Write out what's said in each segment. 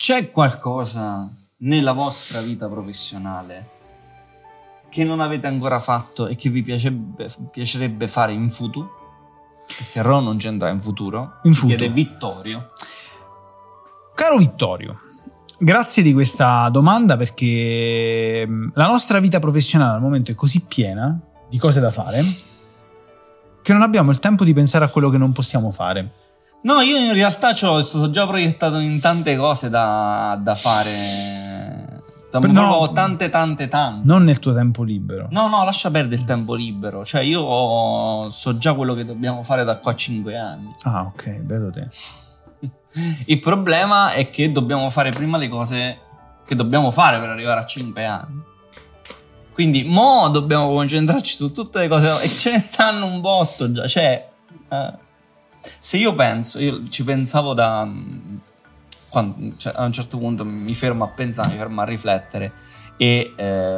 C'è qualcosa nella vostra vita professionale che non avete ancora fatto e che vi piacerebbe fare in futuro? Perché Ro non c'entra in futuro. Chiede Vittorio. Caro Vittorio, grazie di questa domanda, perché la nostra vita professionale al momento è così piena di cose da fare che non abbiamo il tempo di pensare a quello che non possiamo fare. No, io in realtà sto già proiettato in tante cose da fare. Tante. Non nel tuo tempo libero. No, lascia perdere il tempo libero. Cioè io so già quello che dobbiamo fare da qua a 5 anni. Ah, ok, vedo te. Il problema è che dobbiamo fare prima le cose che dobbiamo fare per arrivare a 5 anni. Quindi mo dobbiamo concentrarci su tutte le cose e ce ne stanno un botto già. Se io ci pensavo quando, cioè, a un certo punto mi fermo a pensare, mi fermo a riflettere e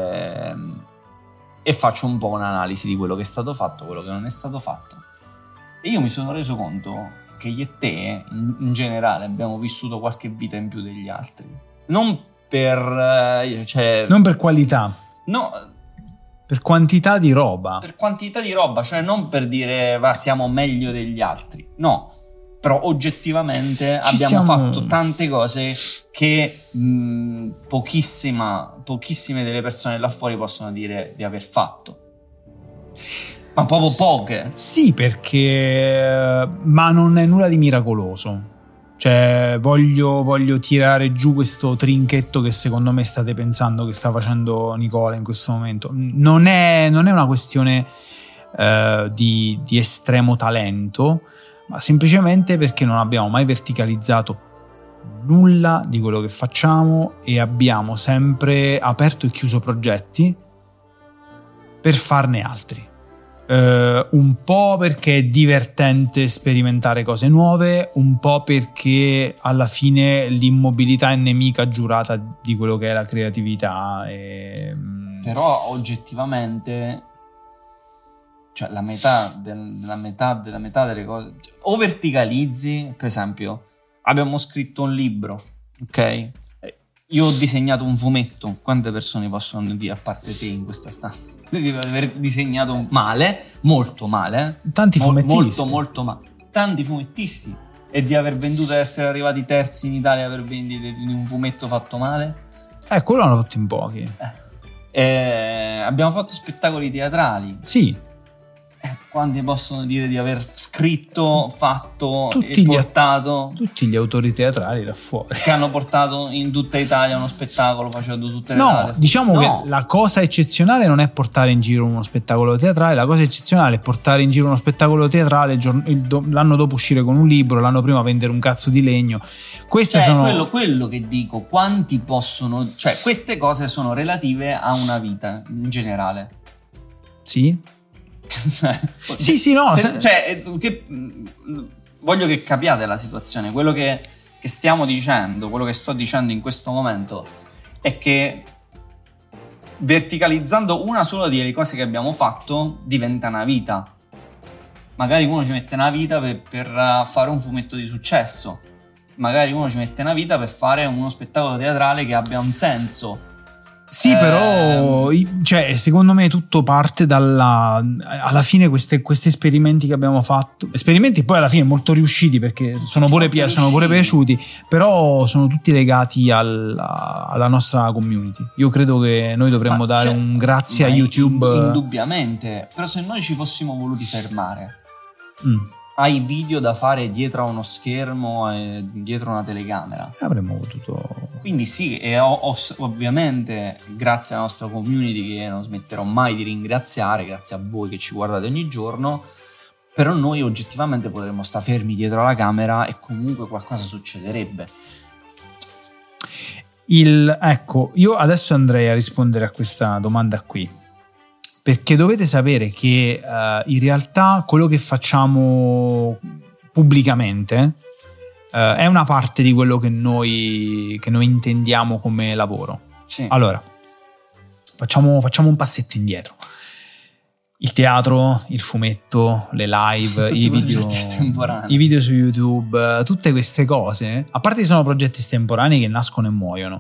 faccio un po' un'analisi di quello che è stato fatto, quello che non è stato fatto. E io mi sono reso conto che io e te in generale abbiamo vissuto qualche vita in più degli altri, non per qualità, no, per quantità di roba, cioè non per dire siamo meglio degli altri, no, però oggettivamente abbiamo fatto tante cose che pochissime delle persone là fuori possono dire di aver fatto. Ma proprio poche. Sì, perché ma non è nulla di miracoloso. Cioè voglio tirare giù questo trinchetto che secondo me state pensando che sta facendo Nicola in questo momento. Non è una questione di estremo talento, ma semplicemente perché non abbiamo mai verticalizzato nulla di quello che facciamo e abbiamo sempre aperto e chiuso progetti per farne altri. Un po' perché è divertente sperimentare cose nuove, un po' perché alla fine l'immobilità è nemica giurata di quello che è la creatività. Però oggettivamente, cioè la metà delle cose, o verticalizzi. Per esempio, abbiamo scritto un libro, ok? Io ho disegnato un fumetto. Quante persone possono dire, a parte te in questa stanza, di aver disegnato male, molto male, tanti fumettisti, molto male, tanti fumettisti, e di aver venduto, essere arrivati terzi in Italia per vendite di un fumetto fatto male? Quello l'hanno fatto in pochi. Abbiamo fatto spettacoli teatrali. Sì. Quanti possono dire di aver scritto, fatto e portato? Tutti gli autori teatrali là fuori che hanno portato in tutta Italia uno spettacolo facendo tutte le date. Diciamo che la cosa eccezionale non è portare in giro uno spettacolo teatrale, la cosa eccezionale è portare in giro uno spettacolo teatrale, l'anno dopo uscire con un libro, l'anno prima vendere un cazzo di legno. Queste sono quello che dico, quanti possono, cioè queste cose sono relative a una vita in generale. Sì. Voglio che capiate la situazione. Quello che stiamo dicendo, quello che sto dicendo in questo momento è che verticalizzando una sola delle cose che abbiamo fatto diventa una vita. Magari uno ci mette una vita per fare un fumetto di successo, magari uno ci mette una vita per fare uno spettacolo teatrale che abbia un senso. Sì, però cioè, secondo me tutto parte alla fine questi esperimenti che abbiamo fatto, esperimenti poi alla fine molto riusciti, perché sono pure piaciuti, però sono tutti legati alla nostra community. Io credo che noi dovremmo dare un grazie a YouTube. Indubbiamente, però se noi ci fossimo voluti fermare hai video da fare dietro a uno schermo e dietro una telecamera, avremmo potuto. Quindi sì, e ovviamente grazie alla nostra community, che non smetterò mai di ringraziare, grazie a voi che ci guardate ogni giorno, però noi oggettivamente potremmo stare fermi dietro alla camera e comunque qualcosa succederebbe. Ecco, io adesso andrei a rispondere a questa domanda qui, perché dovete sapere che in realtà quello che facciamo pubblicamente è una parte di quello che noi intendiamo come lavoro. Sì. Allora, facciamo un passetto indietro. il teatro, il fumetto, le live, Tutti i progetti estemporanei. i video su YouTube, tutte queste cose, a parte che sono progetti estemporanei che nascono e muoiono,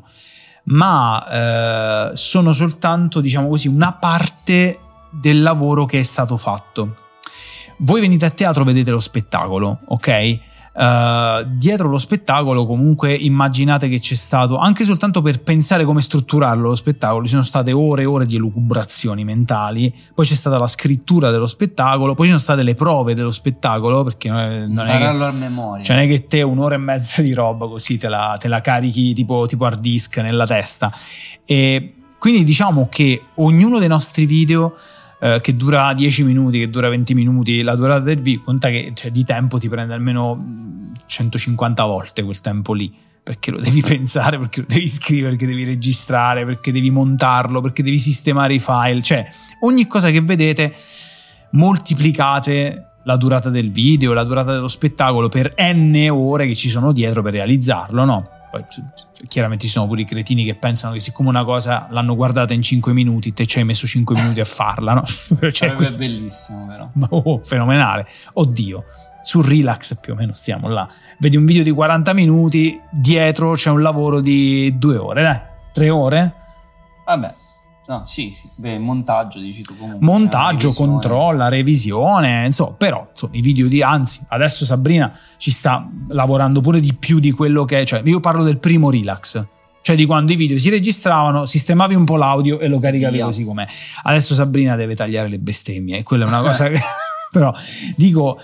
ma sono soltanto, diciamo così, una parte del lavoro che è stato fatto. Voi venite a teatro, vedete lo spettacolo, ok? Dietro lo spettacolo comunque immaginate che c'è stato, anche soltanto per pensare come strutturarlo lo spettacolo, ci sono state ore e ore di elucubrazioni mentali, poi c'è stata la scrittura dello spettacolo, poi ci sono state le prove dello spettacolo, perché non è che, a memoria. cioè non è che te un'ora e mezza di roba così te la carichi tipo hard disk nella testa. E quindi diciamo che ognuno dei nostri video, che dura 10 minuti, che dura 20 minuti, la durata del video, conta che di tempo ti prende almeno 150 volte quel tempo lì, perché lo devi pensare, perché lo devi scrivere, perché devi registrare, perché devi montarlo, perché devi sistemare i file, cioè ogni cosa che vedete moltiplicate la durata del video, la durata dello spettacolo per n ore che ci sono dietro per realizzarlo, no? Poi chiaramente ci sono pure i cretini che pensano che siccome una cosa l'hanno guardata in 5 minuti te ci hai messo 5 minuti a farla, no? Cioè, è bellissimo, vero? Fenomenale. Oddio, sul Relax più o meno stiamo là, vedi un video di 40 minuti, dietro c'è un lavoro di 2 ore, dai, 3 ore. Vabbè, no, sì. Beh, montaggio dici tu comunque. Montaggio, controlla, revisione, insomma, però insomma, i video anzi, adesso Sabrina ci sta lavorando pure di più di quello che è, cioè io parlo del primo Relax, cioè di quando i video si registravano, sistemavi un po' l'audio e lo caricavi così com'è. Adesso Sabrina deve tagliare le bestemmie e quella è una cosa che però dico,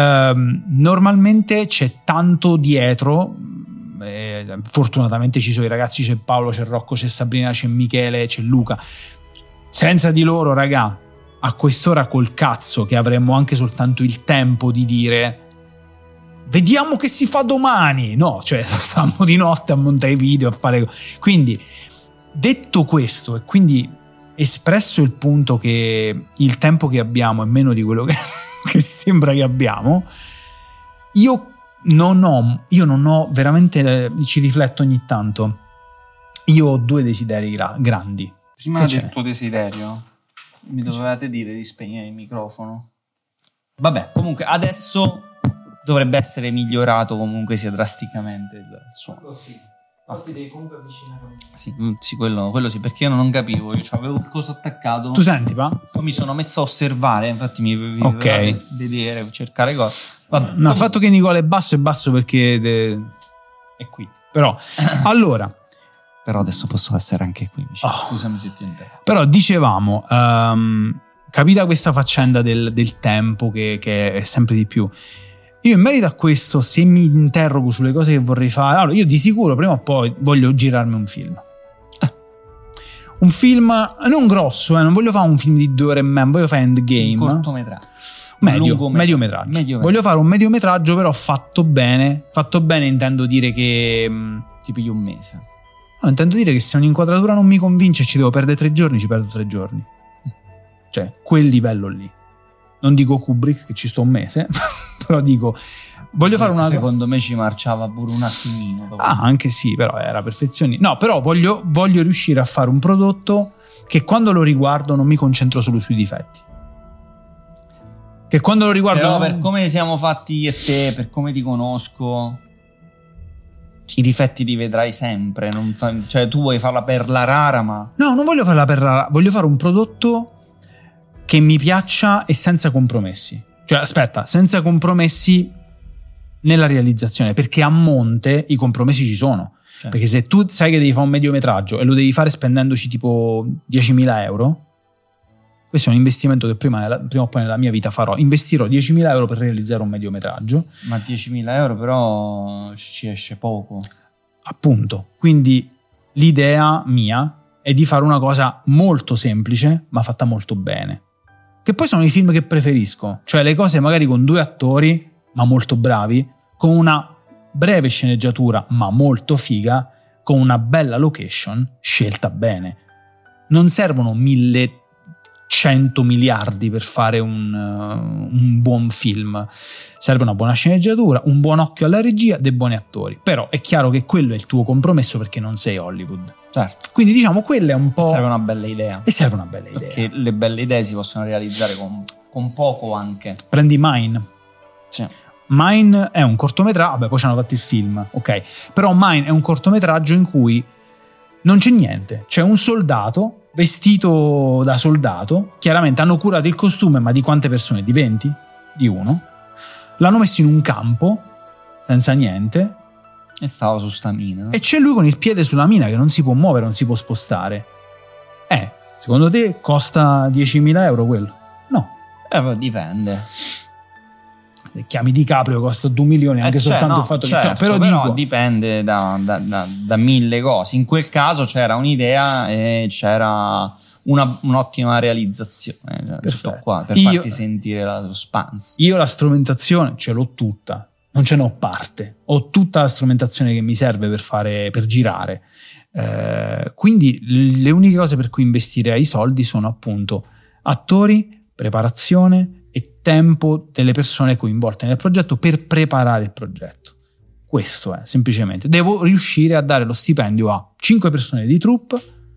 normalmente c'è tanto dietro. Fortunatamente ci sono i ragazzi, c'è Paolo, c'è Rocco, c'è Sabrina, c'è Michele, c'è Luca. Senza di loro, raga, a quest'ora col cazzo che avremmo anche soltanto il tempo di dire vediamo che si fa domani, no, cioè stiamo di notte a montare i video, a fare. Quindi detto questo e quindi espresso il punto che il tempo che abbiamo è meno di quello che sembra che abbiamo, io non ho veramente, ci rifletto ogni tanto. Io ho 2 desideri grandi. Prima del tuo desiderio mi dovevate dire di spegnere il microfono. Vabbè, comunque adesso dovrebbe essere migliorato comunque sia drasticamente il suono. Così. Ti devi comunque avvicinare. Sì, quello sì, perché io non capivo, io avevo il coso attaccato. Tu senti, pa? Poi mi sono messo a osservare, infatti mi vedere, cercare cose. Vabbè, no, il fatto che Nicola è basso perché è qui. Però allora, però adesso posso essere anche qui. Scusami se ti interrompo. Però dicevamo, capita questa faccenda del tempo che è sempre di più. Io in merito a questo, se mi interrogo sulle cose che vorrei fare, allora io di sicuro prima o poi voglio girarmi un film. Un film non grosso, non voglio fare un film di 2 ore e mezza, voglio fare Endgame. Un cortometraggio. Mediometraggio. Voglio fare un mediometraggio però fatto bene. Fatto bene intendo dire che ti pigli un mese. No, intendo dire che se un'inquadratura non mi convince e ci devo perdere 3 giorni, ci perdo 3 giorni. Cioè, quel livello lì. Non dico Kubrick che ci sto un mese, però dico voglio fare una. Secondo me ci marciava pure un attimino. Anche sì, però era perfezione. No, però voglio riuscire a fare un prodotto che quando lo riguardo non mi concentro solo sui difetti. Che quando lo riguardo. Però per come siamo fatti io e te, per come ti conosco, i difetti li vedrai sempre. Cioè, tu vuoi farla per la rara, ma. No, non voglio farla per la rara, voglio fare un prodotto che mi piaccia e senza compromessi. Cioè, aspetta, senza compromessi nella realizzazione, perché a monte i compromessi ci sono. Certo. Perché se tu sai che devi fare un mediometraggio e lo devi fare spendendoci tipo 10.000 euro, questo è un investimento che prima o poi nella mia vita farò. Investirò 10.000 euro per realizzare un mediometraggio. Ma 10.000 euro però ci esce poco. Appunto. Quindi l'idea mia è di fare una cosa molto semplice ma fatta molto bene. Che poi sono i film che preferisco, cioè le cose magari con 2 attori ma molto bravi, con una breve sceneggiatura ma molto figa, con una bella location scelta bene. Non servono 1.000 100 miliardi per fare un buon film. Serve una buona sceneggiatura, un buon occhio alla regia, dei buoni attori. Però è chiaro che quello è il tuo compromesso perché non sei Hollywood. Certo. Quindi diciamo quella è un po'... Serve una bella idea. E serve una bella idea. Perché le belle idee si possono realizzare con poco anche. Prendi Mine. Sì. Mine è un cortometraggio, vabbè, poi ci hanno fatto il film, ok. Però Mine è un cortometraggio in cui non c'è niente. C'è un soldato vestito da soldato, chiaramente hanno curato il costume, ma di quante persone? Di 20? Di 1. L'hanno messo in un campo, senza niente. E stava su sta mina. E c'è lui con il piede sulla mina che non si può muovere, non si può spostare. Secondo te costa 10.000 euro quello? No. Dipende. Se chiami DiCaprio costa 2 milioni anche soltanto il fatto certo, che... Però dico, dipende da mille cose. In quel caso c'era un'idea e c'era un'ottima realizzazione. Sto qua per farti sentire la suspense. Io la strumentazione ce l'ho tutta, non ce n'ho parte. Ho tutta la strumentazione che mi serve per girare. Quindi le uniche cose per cui investirei i soldi sono appunto attori, preparazione e tempo delle persone coinvolte nel progetto per preparare il progetto. Questo è, semplicemente. Devo riuscire a dare lo stipendio a 5 persone di troupe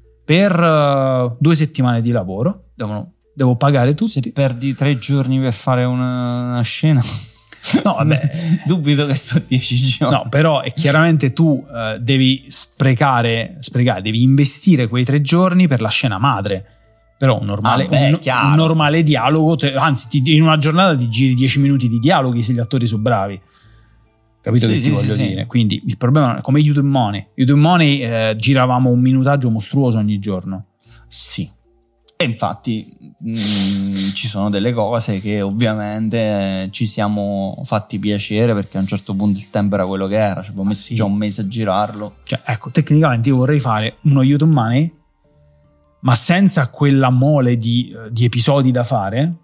per 2 settimane di lavoro. Devo pagare tutti. Se perdi 3 giorni per fare una scena... No, vabbè. Dubito che sto 10 giorni. No, però è chiaramente tu devi sprecare, devi investire quei 3 giorni per la scena madre. Però un normale dialogo, anzi in una giornata ti giri 10 minuti di dialoghi se gli attori sono bravi. Capito che ti voglio dire? Quindi il problema è come YouTube Money giravamo un minutaggio mostruoso ogni giorno. Sì. E infatti ci sono delle cose che ovviamente ci siamo fatti piacere perché a un certo punto il tempo era quello che era, ci abbiamo messo già un mese a girarlo. Cioè, ecco, tecnicamente io vorrei fare uno YouTube Money ma senza quella mole di episodi da fare,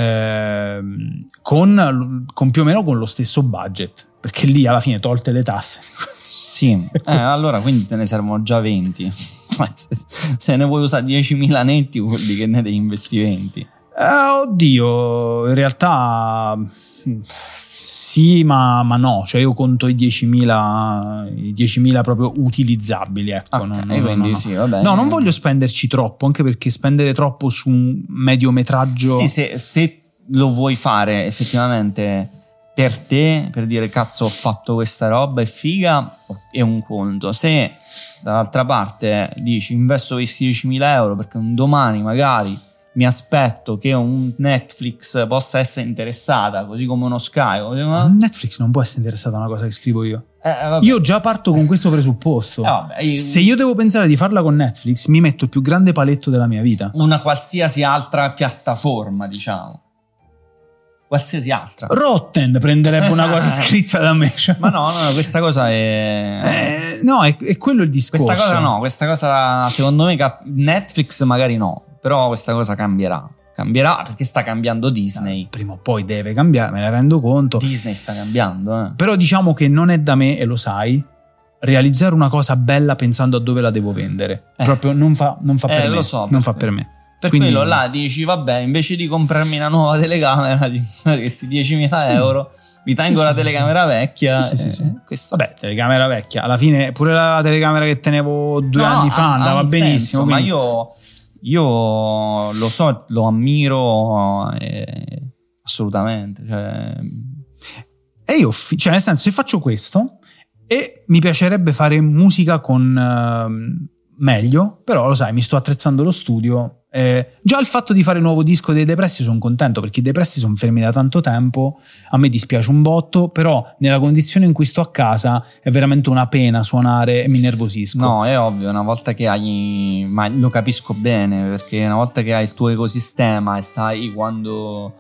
con più o meno con lo stesso budget, perché lì alla fine tolte le tasse. Sì, allora quindi te ne servono già 20. Se ne vuoi usare 10.000 netti, vuol dire che ne devi investi 20. Oddio, in realtà sì, ma no, cioè io conto i 10.000 proprio utilizzabili, ecco. Okay, quindi sì, va bene. No, non voglio spenderci troppo, anche perché spendere troppo su un mediometraggio... Sì, se lo vuoi fare effettivamente per te, per dire cazzo ho fatto questa roba, è figa, è un conto. Se dall'altra parte dici investo questi 10.000 euro perché un domani magari mi aspetto che un Netflix possa essere interessata, così come uno Sky. Netflix non può essere interessata a una cosa che scrivo io. Io già parto con questo presupposto. Se io devo pensare di farla con Netflix, mi metto il più grande paletto della mia vita. Una qualsiasi altra piattaforma, diciamo. Qualsiasi altra. Rotten prenderebbe una cosa scritta da me. Cioè. Ma no, questa cosa è... no, è quello il discorso. Questa cosa secondo me Netflix magari no. Però questa cosa cambierà perché sta cambiando Disney. Prima o poi deve cambiare, me ne rendo conto. Disney sta cambiando. Però diciamo che non è da me, e lo sai, realizzare una cosa bella pensando a dove la devo vendere. Proprio non fa per me. Lo so, non fa per me. Per quindi, quello là dici vabbè, invece di comprarmi una nuova telecamera di questi 10.000 euro, mi tengo la telecamera vecchia. Sì. Vabbè, telecamera vecchia. Alla fine pure la telecamera che tenevo 2 anni fa andava benissimo. Ma io lo so, lo ammiro assolutamente. E io, cioè nel senso, se faccio questo e mi piacerebbe fare musica con meglio, però lo sai, mi sto attrezzando lo studio. Già il fatto di fare il nuovo disco dei Depressi sono contento, perché i Depressi sono fermi da tanto tempo, a me dispiace un botto, però nella condizione in cui sto a casa è veramente una pena suonare e mi nervosisco. No, è ovvio, una volta che hai, ma lo capisco bene, perché una volta che hai il tuo ecosistema e sai quando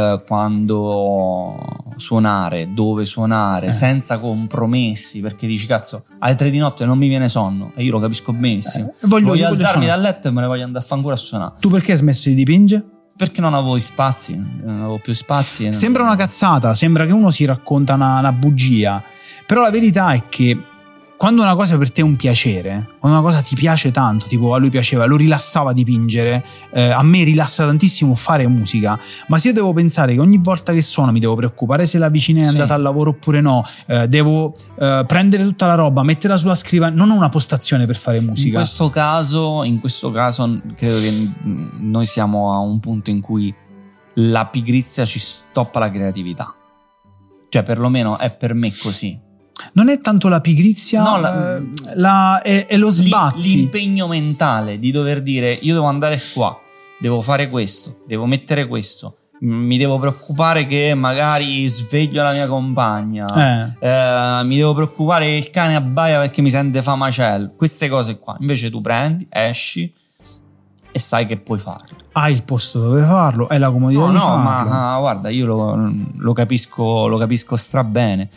suonare, dove suonare, senza compromessi, perché dici cazzo alle 3 di notte non mi viene sonno, e io lo capisco benissimo, voglio alzarmi dal letto e me ne voglio andare a fare ancora a suonare. Tu perché hai smesso di dipingere? Perché non avevo spazi, non avevo più spazi. Sembra una cazzata, sembra che uno si racconta una bugia, però la verità è che quando una cosa per te è un piacere, quando una cosa ti piace tanto, tipo a lui piaceva, lo rilassava dipingere, a me rilassa tantissimo fare musica, ma se io devo pensare che ogni volta che suono mi devo preoccupare se la vicina è andata al lavoro oppure no, devo prendere tutta la roba, metterla sulla scrivania, non ho una postazione per fare musica. In questo caso credo che noi siamo a un punto in cui la pigrizia ci stoppa la creatività, cioè perlomeno è per me così. Non è tanto la pigrizia, no, è lo sbatti. L'impegno mentale di dover dire io devo andare qua, devo fare questo, devo mettere questo, mi devo preoccupare che magari sveglio la mia compagna, mi devo preoccupare che il cane abbaia perché mi sente fa macello, queste cose qua. Invece tu prendi, esci e sai che puoi farlo. Hai il posto dove farlo, hai la comodità di farlo. Ma guarda, io lo capisco strabene.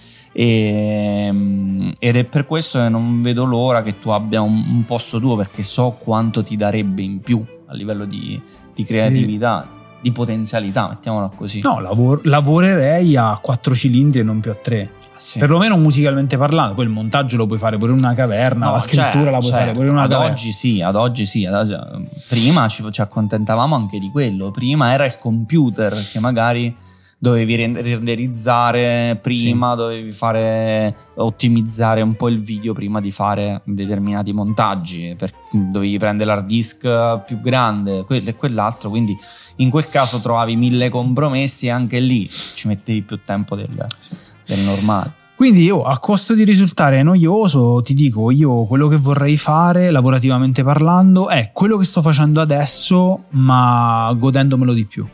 Ed è per questo che non vedo l'ora che tu abbia un posto tuo, perché so quanto ti darebbe in più a livello di creatività, di potenzialità, mettiamola così. No, lavorerei a 4 cilindri e non più a 3. Sì. Perlomeno musicalmente parlando. Poi il montaggio lo puoi fare pure in una caverna, la scrittura la puoi fare pure in una caverna. Ad oggi sì. Prima ci accontentavamo anche di quello. Prima era il computer che magari dovevi renderizzare prima, dovevi ottimizzare un po' il video prima di fare determinati montaggi, dovevi prendere l'hard disk più grande, quello e quell'altro, quindi in quel caso trovavi 1000 compromessi e anche lì ci mettevi più tempo del normale. Quindi io, a costo di risultare noioso, ti dico, io quello che vorrei fare lavorativamente parlando è quello che sto facendo adesso, ma godendomelo di più.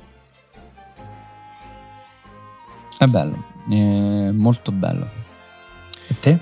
È bello, è molto bello. E te?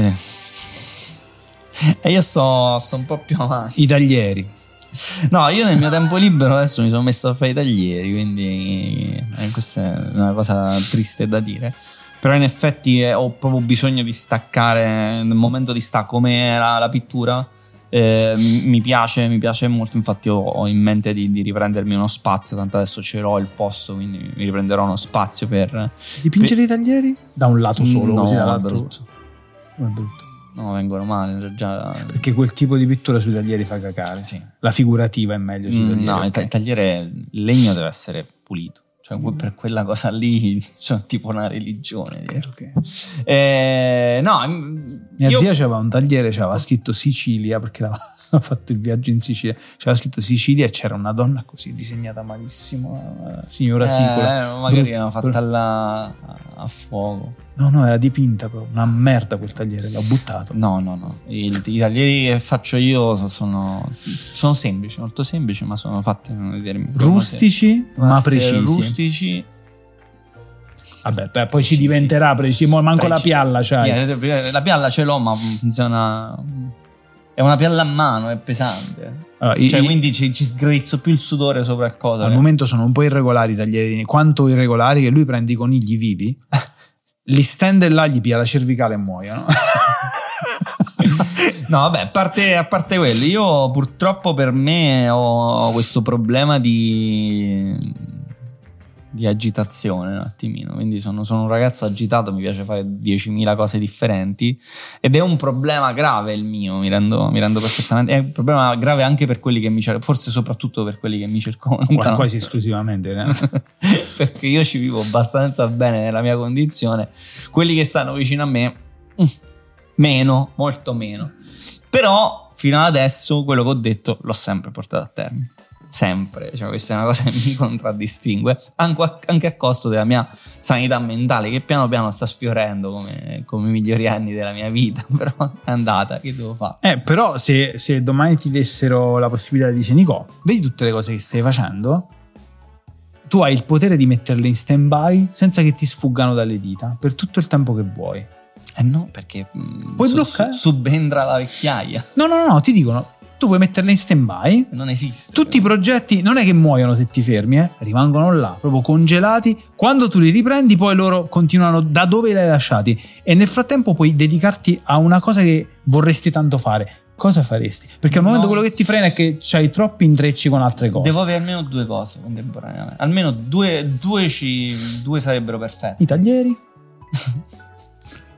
E io sto un po' più avanti. I taglieri. No, io nel mio tempo libero adesso mi sono messo a fare i taglieri, quindi questa è una cosa triste da dire. Però in effetti ho proprio bisogno di staccare nel momento di come la pittura. Mi piace molto, infatti ho in mente di riprendermi uno spazio, tanto adesso ce l'ho il posto, quindi mi riprenderò uno spazio per dipingere i taglieri da un lato solo, no, così dall'altro. È brutto. No, vengono male già. Perché quel tipo di pittura sui taglieri fa cacare. Sì. La figurativa è meglio sui taglieri. No, il tagliere, il legno deve essere pulito. Cioè, per quella cosa lì, cioè, tipo una religione. Okay. No, mia zia c'aveva un tagliere, c'aveva scritto Sicilia, perché aveva fatto il viaggio in Sicilia. C'era scritto Sicilia e c'era una donna così disegnata malissimo, signora Sicola. Magari l'hanno fatta a fuoco. No, era dipinta proprio. Una merda quel tagliere, l'ho buttato. No. I taglieri che faccio io sono semplici, molto semplici, ma sono fatti rustici, ma precisi. Rustici. Vabbè, poi ci diventerà preciso. Manco la pialla c'hai. La pialla ce l'ho, ma funziona. È una pialla a mano, è pesante. Allora, quindi ci sgrizzo più il sudore sopra il coso. Al momento sono un po' irregolari i taglierini. Quanto irregolari che lui prende i conigli vivi, li stende là, gli pia la cervicale e muoiono. No, vabbè, a parte quello, io purtroppo per me ho questo problema di agitazione un attimino, quindi sono un ragazzo agitato, mi piace fare 10.000 cose differenti ed è un problema grave il mio, mi rendo perfettamente, è un problema grave anche per quelli che forse soprattutto per quelli che mi circondano, quasi esclusivamente perché io ci vivo abbastanza bene nella mia condizione, quelli che stanno vicino a me meno, molto meno, però fino ad adesso quello che ho detto l'ho sempre portato a termine. Sempre, cioè, questa è una cosa che mi contraddistingue anche a costo della mia sanità mentale, che piano piano sta sfiorendo come i migliori anni della mia vita, però è andata, che devo fare? Però se domani ti dessero la possibilità di dire Nico, vedi tutte le cose che stai facendo, tu hai il potere di metterle in stand by senza che ti sfuggano dalle dita per tutto il tempo che vuoi. No, perché puoi bloccare, subentra la vecchiaia. No, ti dicono tu puoi metterle in stand by. Non esiste. Tutti i progetti non è che muoiono se ti fermi, rimangono là, proprio congelati. Quando tu li riprendi, poi loro continuano da dove li hai lasciati. E nel frattempo puoi dedicarti a una cosa che vorresti tanto fare. Cosa faresti? Perché al momento quello che ti frena è che c'hai troppi intrecci con altre cose. Devo avere almeno 2 cose contemporaneamente. Almeno due sarebbero perfette. I taglieri?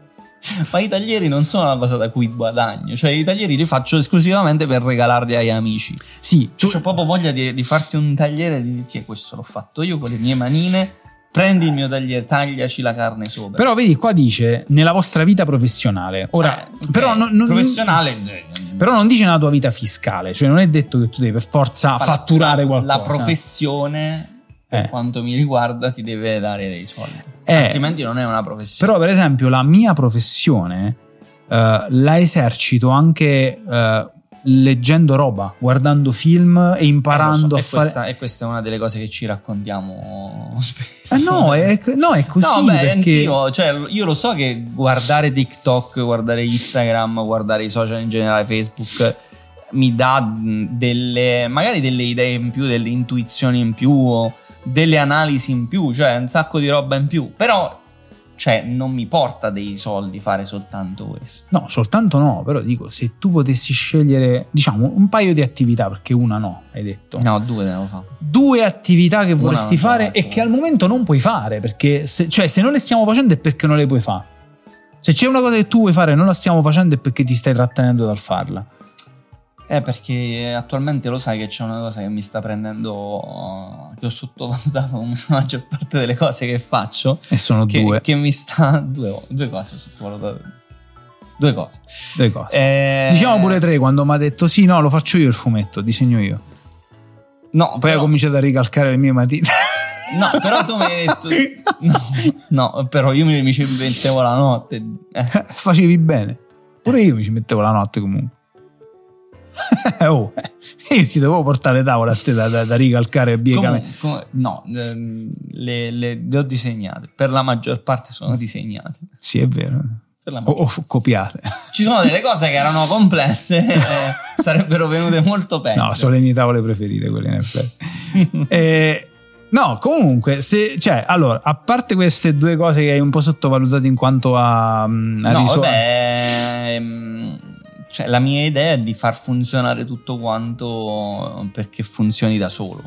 Ma i taglieri non sono una cosa da cui guadagno, cioè i taglieri li faccio esclusivamente per regalarli agli amici. Sì, Cioè, ho proprio voglia di farti un tagliere e di dirti questo l'ho fatto io con le mie manine, prendi il mio tagliere, tagliaci la carne sopra. però vedi, qua dice nella vostra vita professionale. Ora, ok. però professionale, però non dice nella tua vita fiscale, cioè non è detto che tu devi per forza fatturare qualcosa. La professione, per quanto mi riguarda, ti deve dare dei soldi. Altrimenti non è una professione. Però per esempio la mia professione la esercito anche leggendo roba, guardando film e imparando a fare. E questa è una delle cose che ci raccontiamo spesso. No, è così. No, beh, perché anch'io, cioè, io lo so che guardare TikTok, guardare Instagram, guardare i social in generale, Facebook, mi dà magari delle idee in più, delle intuizioni in più, o delle analisi in più, cioè un sacco di roba in più. Però, cioè, non mi porta dei soldi fare soltanto questo. No, soltanto no, però dico, se tu potessi scegliere, diciamo, un paio di attività, perché una no, hai detto. No, 2 devo fare. 2 attività che vorresti Una fare e che al momento non puoi fare, perché se non le stiamo facendo è perché non le puoi fare. Se c'è una cosa che tu vuoi fare e non la stiamo facendo è perché ti stai trattenendo dal farla. Perché attualmente lo sai che c'è una cosa che mi sta prendendo, che ho sottovalutato come la maggior parte delle cose che faccio. E sono 2. Che mi sta... Due cose ho sottovalutato. 2 cose. 2 cose. Diciamo pure 3 quando mi ha detto sì, no, lo faccio io il fumetto, disegno io. No, poi ho cominciato a ricalcare le mie matite. No, però tu mi hai detto... No, però io mi ci mettevo la notte. Facevi bene. Pure io mi ci mettevo la notte comunque. Io ti dovevo portare tavola a te da ricalcare biecamente. No, le ho disegnate. Per la maggior parte sono disegnate. Sì, è vero. O copiate. Ci sono delle cose che erano complesse e sarebbero venute molto peggio. No, sono le mie tavole preferite quelle in effetti. No, comunque, allora, a parte queste 2 cose che hai un po' sottovalutato in quanto a cioè, la mia idea è di far funzionare tutto quanto perché funzioni da solo.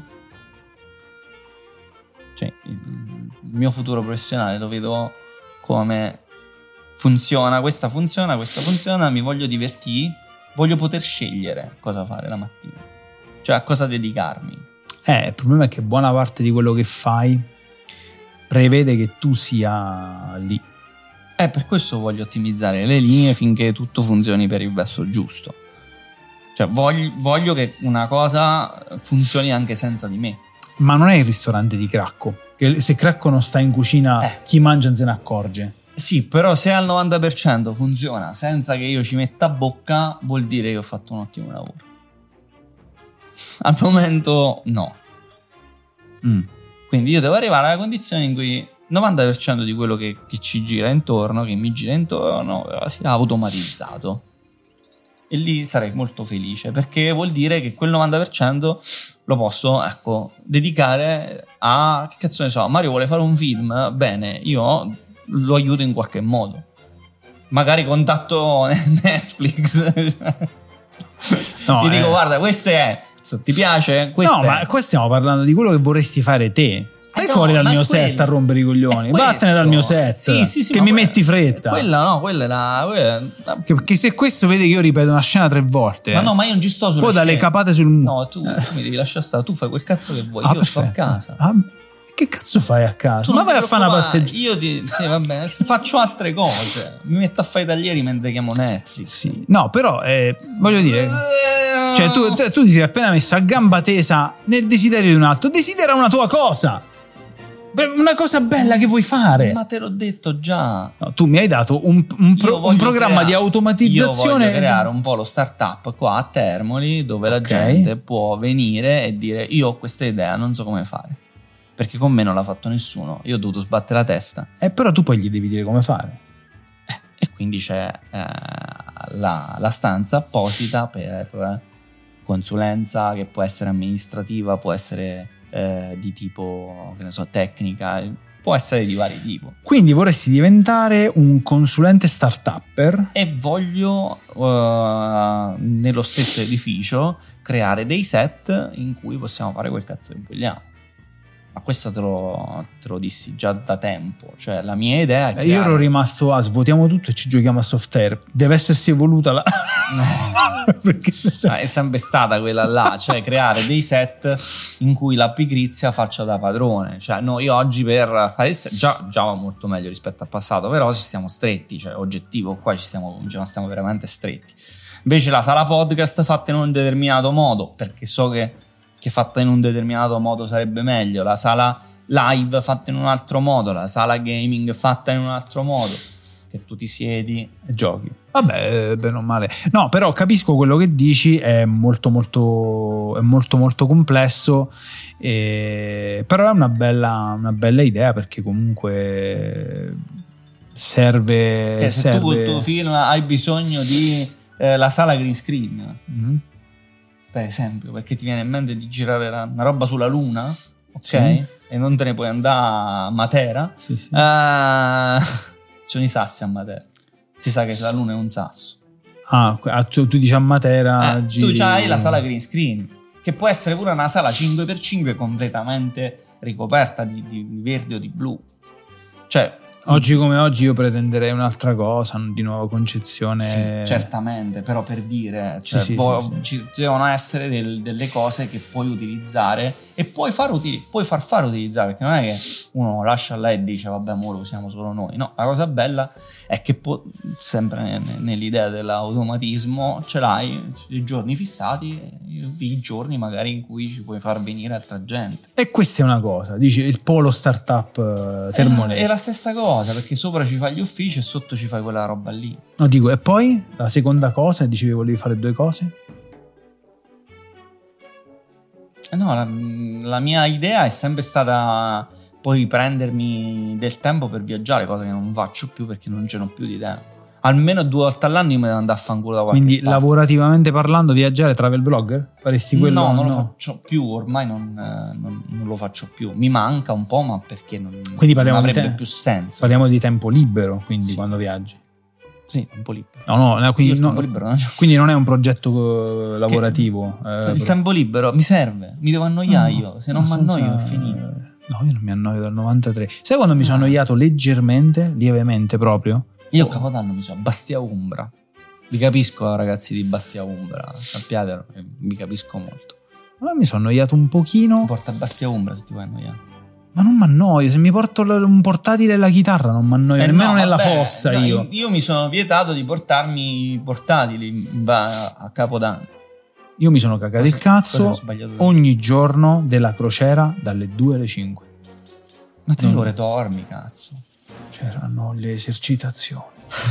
Cioè, il mio futuro professionale lo vedo come questa funziona, mi voglio divertire, voglio poter scegliere cosa fare la mattina, cioè a cosa dedicarmi. Il problema è che buona parte di quello che fai prevede che tu sia lì. Per questo voglio ottimizzare le linee finché tutto funzioni per il verso giusto. Cioè voglio che una cosa funzioni anche senza di me. Ma non è il ristorante di Cracco, che se Cracco non sta in cucina chi mangia non se ne accorge. Sì, però se al 90% funziona senza che io ci metta bocca, vuol dire che ho fatto un ottimo lavoro. Al momento no. Quindi io devo arrivare alla condizione in cui 90% di quello che ci gira intorno, che mi gira intorno, sia automatizzato. E lì sarei molto felice, perché vuol dire che quel 90% lo posso, dedicare a... Che cazzo ne so, Mario vuole fare un film, bene, io lo aiuto in qualche modo. Magari contatto Netflix. Gli dico, guarda, questo è... Ti piace? Ma qua stiamo parlando di quello che vorresti fare te. Stai fuori dal mio set a rompere i coglioni. Vattene dal mio set. Sì, che mi metti fretta. Quella è la... Perché se questo vede che io ripeto una scena 3 volte. Ma io non ci sto sulle poi dalle capate sul... No, tu mi devi lasciare stare. Tu fai quel cazzo che vuoi. Io sto a casa. Che cazzo fai a casa? Ma vai a fare una passeggiata. Sì, va bene. Faccio altre cose. Mi metto a fare i taglieri mentre chiamo Netflix. Sì. No, però voglio dire... Cioè tu ti sei appena messo a gamba tesa nel desiderio di un altro. Desidera una tua cosa. Una cosa bella che vuoi fare. Ma te l'ho detto già. No, tu mi hai dato un programma di automatizzazione. Io voglio creare un po' lo startup qua a Termoli, dove la gente può venire e dire: io ho questa idea, non so come fare, perché con me non l'ha fatto nessuno, io ho dovuto sbattere la testa. Però tu poi gli devi dire come fare. E quindi c'è la stanza apposita per consulenza, che può essere amministrativa, può essere di tipo, che ne so, tecnica, può essere di vari tipi. Quindi vorresti diventare un consulente startupper? E voglio nello stesso edificio creare dei set in cui possiamo fare quel cazzo che vogliamo. Ma questo te lo dissi già da tempo. Cioè, la mia idea è io ero rimasto svuotiamo tutto e ci giochiamo a Softair. Deve essersi evoluta la... Perché è sempre stata quella là, cioè creare dei set in cui la pigrizia faccia da padrone. Cioè, noi oggi per fare già va molto meglio rispetto al passato, però ci stiamo stretti, cioè oggettivo, qua stiamo veramente stretti. Invece la sala podcast fatta in un determinato modo, perché so che fatta in un determinato modo sarebbe meglio, la sala live fatta in un altro modo, la sala gaming fatta in un altro modo, che tu ti siedi e giochi. Vabbè, bene o male. No, però capisco quello che dici, è molto complesso, però è una bella idea, perché comunque serve. Se tu col tuo film hai bisogno di la sala green screen, per esempio, perché ti viene in mente di girare una roba sulla luna, ok? Sì. E non te ne puoi andare a Matera. Sì. Sono i sassi a Matera. Si sa che la luna è un sasso. Tu dici a Matera. Tu c'hai la sala green screen, che può essere pure una sala 5x5 completamente ricoperta di verde o di blu. Cioè, oggi come oggi io pretenderei un'altra cosa, di nuova concezione. Sì, certamente, però per dire, cioè, ci devono essere delle cose che puoi utilizzare e puoi far fare utilizzare, perché non è che uno lascia là e dice vabbè, mo lo usiamo solo noi. No, la cosa bella è che sempre nell'idea dell'automatismo ce l'hai i giorni fissati, i giorni magari in cui ci puoi far venire altra gente. E questa è una cosa, dici il polo startup Termonese. È la stessa cosa, perché sopra ci fai gli uffici e sotto ci fai quella roba lì. No, dico, e poi la seconda cosa, dicevi volevi fare due cose? No, la mia idea è sempre stata poi prendermi del tempo per viaggiare, cosa che non faccio più perché non ce n'ho più di tempo. Almeno 2 volte all'anno io me ne andavo a fanculo da qualche Quindi parte. Lavorativamente parlando, viaggiare, travel vlogger? Faresti quello? No, non lo faccio più, ormai non lo faccio più. Mi manca un po', ma perché non avrebbe più senso. Parliamo di tempo libero, quindi quando viaggi. Sì, tempo libero. No, quindi, tempo libero non quindi non è un progetto lavorativo. Il tempo libero mi serve, mi devo annoiare io, se non mi annoio è finito. No, io non mi annoio dal 93. Sai quando mi sono annoiato leggermente, lievemente proprio? Io a Capodanno mi sono a Bastia Umbra. Vi capisco, ragazzi di Bastia Umbra, sappiate, vi capisco molto. Ma mi sono annoiato un pochino. Ti porta a Bastia Umbra se ti vuoi annoiare. Ma non mi annoio, se mi porto un portatile e la chitarra non mi annoio, nemmeno nella fossa io. Io mi sono vietato di portarmi i portatili a Capodanno. Io mi sono cagato il cazzo ogni giorno della crociera dalle 2 alle 5. Ma 3 ore dormi, cazzo. C'erano le esercitazioni.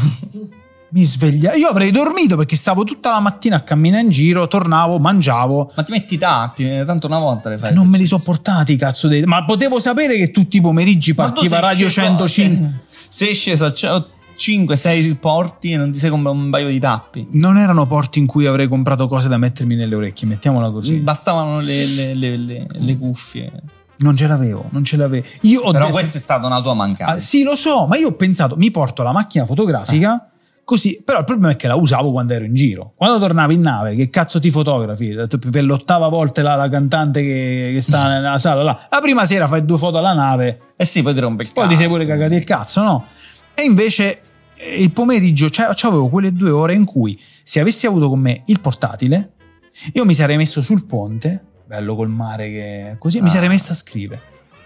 Mi svegliavo. Io avrei dormito perché stavo tutta la mattina a camminare in giro, tornavo, mangiavo. Ma ti metti i tappi, tanto una volta le fai. Non me li so portati, cazzo. Ma potevo sapere che tutti i pomeriggi partiva Radio 105. Sei sceso a 5-6 porti e non ti sei comprato un paio di tappi. Non erano porti in cui avrei comprato cose da mettermi nelle orecchie, mettiamola così. Bastavano le cuffie. Non ce l'avevo. Però questa è stata una tua mancanza. Sì, lo so, ma io ho pensato, mi porto la macchina fotografica. Così, però il problema è che la usavo quando ero in giro. Quando tornavo in nave, che cazzo ti fotografi? Per l'8ª volta la cantante che sta nella sala là. La prima sera fai 2 foto alla nave. Sì, poi ti rompe il cazzo. Poi ti sei pure cagato il cazzo, no? E invece il pomeriggio c'avevo quelle 2 ore in cui, se avessi avuto con me il portatile, io mi sarei messo sul ponte, bello col mare che così, mi sarei messo a scrivere.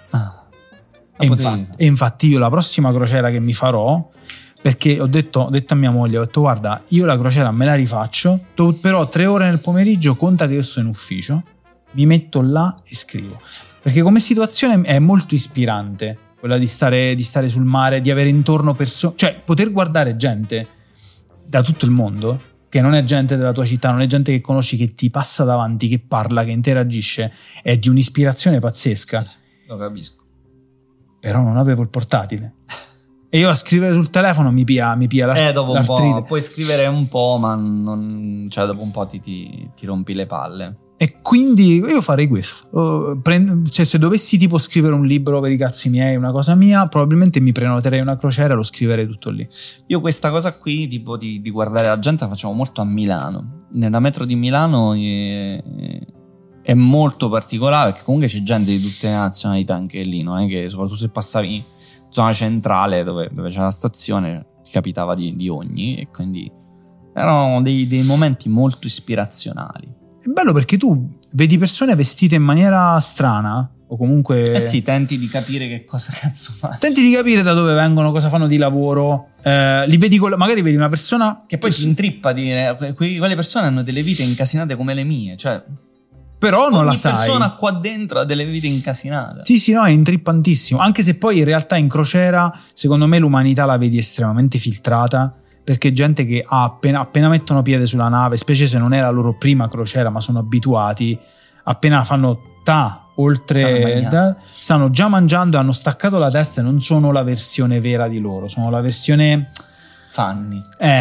E infatti io la prossima crociera che mi farò, perché ho detto a mia moglie, ho detto guarda, io la crociera me la rifaccio, però 3 ore nel pomeriggio conta che io sto in ufficio, mi metto là e scrivo, perché come situazione è molto ispirante quella di stare sul mare, di avere intorno persone, cioè poter guardare gente da tutto il mondo, che non è gente della tua città, non è gente che conosci, che ti passa davanti, che parla, che interagisce, è di un'ispirazione pazzesca. Sì, lo capisco. Però non avevo il portatile. E io a scrivere sul telefono mi pia dopo un po', puoi scrivere un po', ma non, cioè dopo un po' ti rompi le palle. E quindi io farei questo. Cioè, se dovessi tipo scrivere un libro per i cazzi miei, una cosa mia, probabilmente mi prenoterei una crociera e lo scriverei tutto lì. Io questa cosa qui, tipo di guardare la gente, la facevo molto a Milano. Nella metro di Milano è molto particolare perché comunque c'è gente di tutte le nazionalità anche lì, no? Che soprattutto se passavi in zona centrale dove c'è la stazione ti capitava di ogni, e quindi erano dei momenti molto ispirazionali. È bello perché tu vedi persone vestite in maniera strana o comunque... Sì, tenti di capire che cosa cazzo fanno. Tenti di capire da dove vengono, cosa fanno di lavoro, li vedi magari vedi una persona... Che poi si intrippa a dire, quelle persone hanno delle vite incasinate come le mie, cioè... Però non la sai. Ogni persona qua dentro ha delle vite incasinate. Sì, no, è intrippantissimo. Anche se poi in realtà in crociera, secondo me l'umanità la vedi estremamente filtrata, perché gente che appena mettono piede sulla nave, specie se non è la loro prima crociera ma sono abituati, appena fanno oltre stanno già mangiando e hanno staccato la testa e non sono la versione vera di loro, sono la versione Fanny.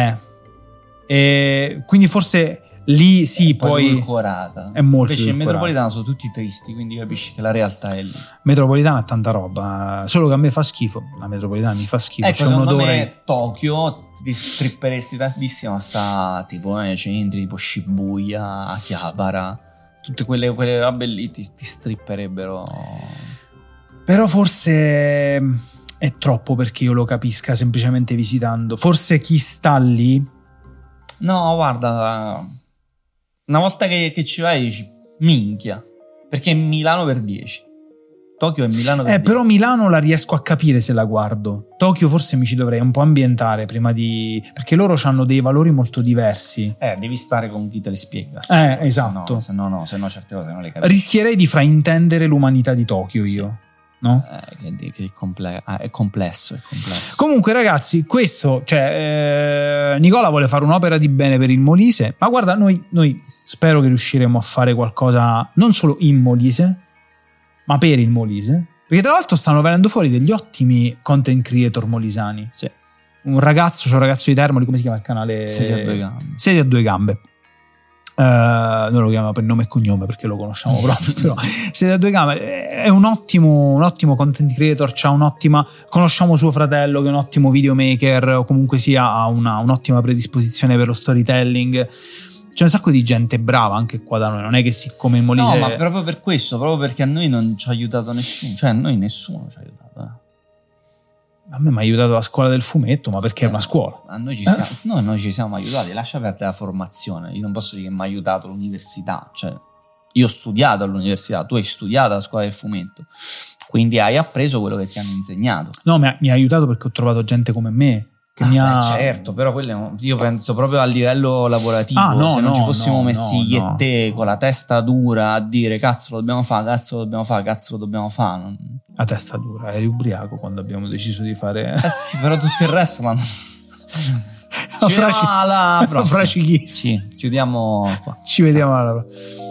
E quindi forse lì sì, poi edulcorata. È molto invece in edulcorata. Metropolitana sono tutti tristi, quindi capisci che la realtà è lì. Metropolitana è tanta roba, solo che a me fa schifo, la metropolitana mi fa schifo, Ecco, c'è un secondo odore. me Tokyo ti stripperesti tantissimo, sta tipo nei centri tipo Shibuya, Akihabara, tutte quelle robe lì ti stripperebbero. Però forse è troppo perché io lo capisca semplicemente visitando. Forse chi sta lì... No, guarda, una volta che ci vai dici minchia, perché è Milano per 10. Tokyo è Milano per 10. Però Milano la riesco a capire se la guardo. Tokyo forse mi ci dovrei un po' ambientare prima di... perché loro hanno dei valori molto diversi. Devi stare con chi te le spiega. Esatto. Se no certe cose non le capisci. Rischierei di fraintendere l'umanità di Tokyo io. No? Che è complesso. Comunque ragazzi, questo, Nicola vuole fare un'opera di bene per il Molise, ma guarda, noi spero che riusciremo a fare qualcosa non solo in Molise, ma per il Molise, perché tra l'altro stanno venendo fuori degli ottimi content creator molisani. Sì. C'è un ragazzo di Termoli, come si chiama il canale? Sedia a due gambe. Noi lo chiamiamo per nome e cognome perché lo conosciamo proprio, però Sedia a due gambe è un ottimo content creator, conosciamo suo fratello che è un ottimo videomaker, o comunque sia ha un'ottima predisposizione per lo storytelling. C'è un sacco di gente brava anche qua da noi, non è che siccome il Molise... No, ma proprio per questo, proprio perché a noi non ci ha aiutato nessuno, cioè a noi nessuno ci ha aiutato. A me mi ha aiutato la scuola del fumetto, ma perché è una scuola. A noi ci siamo aiutati, lascia perdere la formazione. Io non posso dire che mi ha aiutato l'università, cioè io ho studiato all'università, tu hai studiato alla scuola del fumetto, quindi hai appreso quello che ti hanno insegnato. No, mi ha aiutato perché ho trovato gente come me che certo, però quello io penso proprio a livello lavorativo. Se non ci fossimo messi io e te con la testa dura a dire cazzo lo dobbiamo fare. La testa dura, eri ubriaco quando abbiamo deciso di fare... Sì, però tutto il resto l'hanno... Ci vediamo alla prossima. Fracichissimo. Sì, chiudiamo qua. Ci vediamo alla prossima.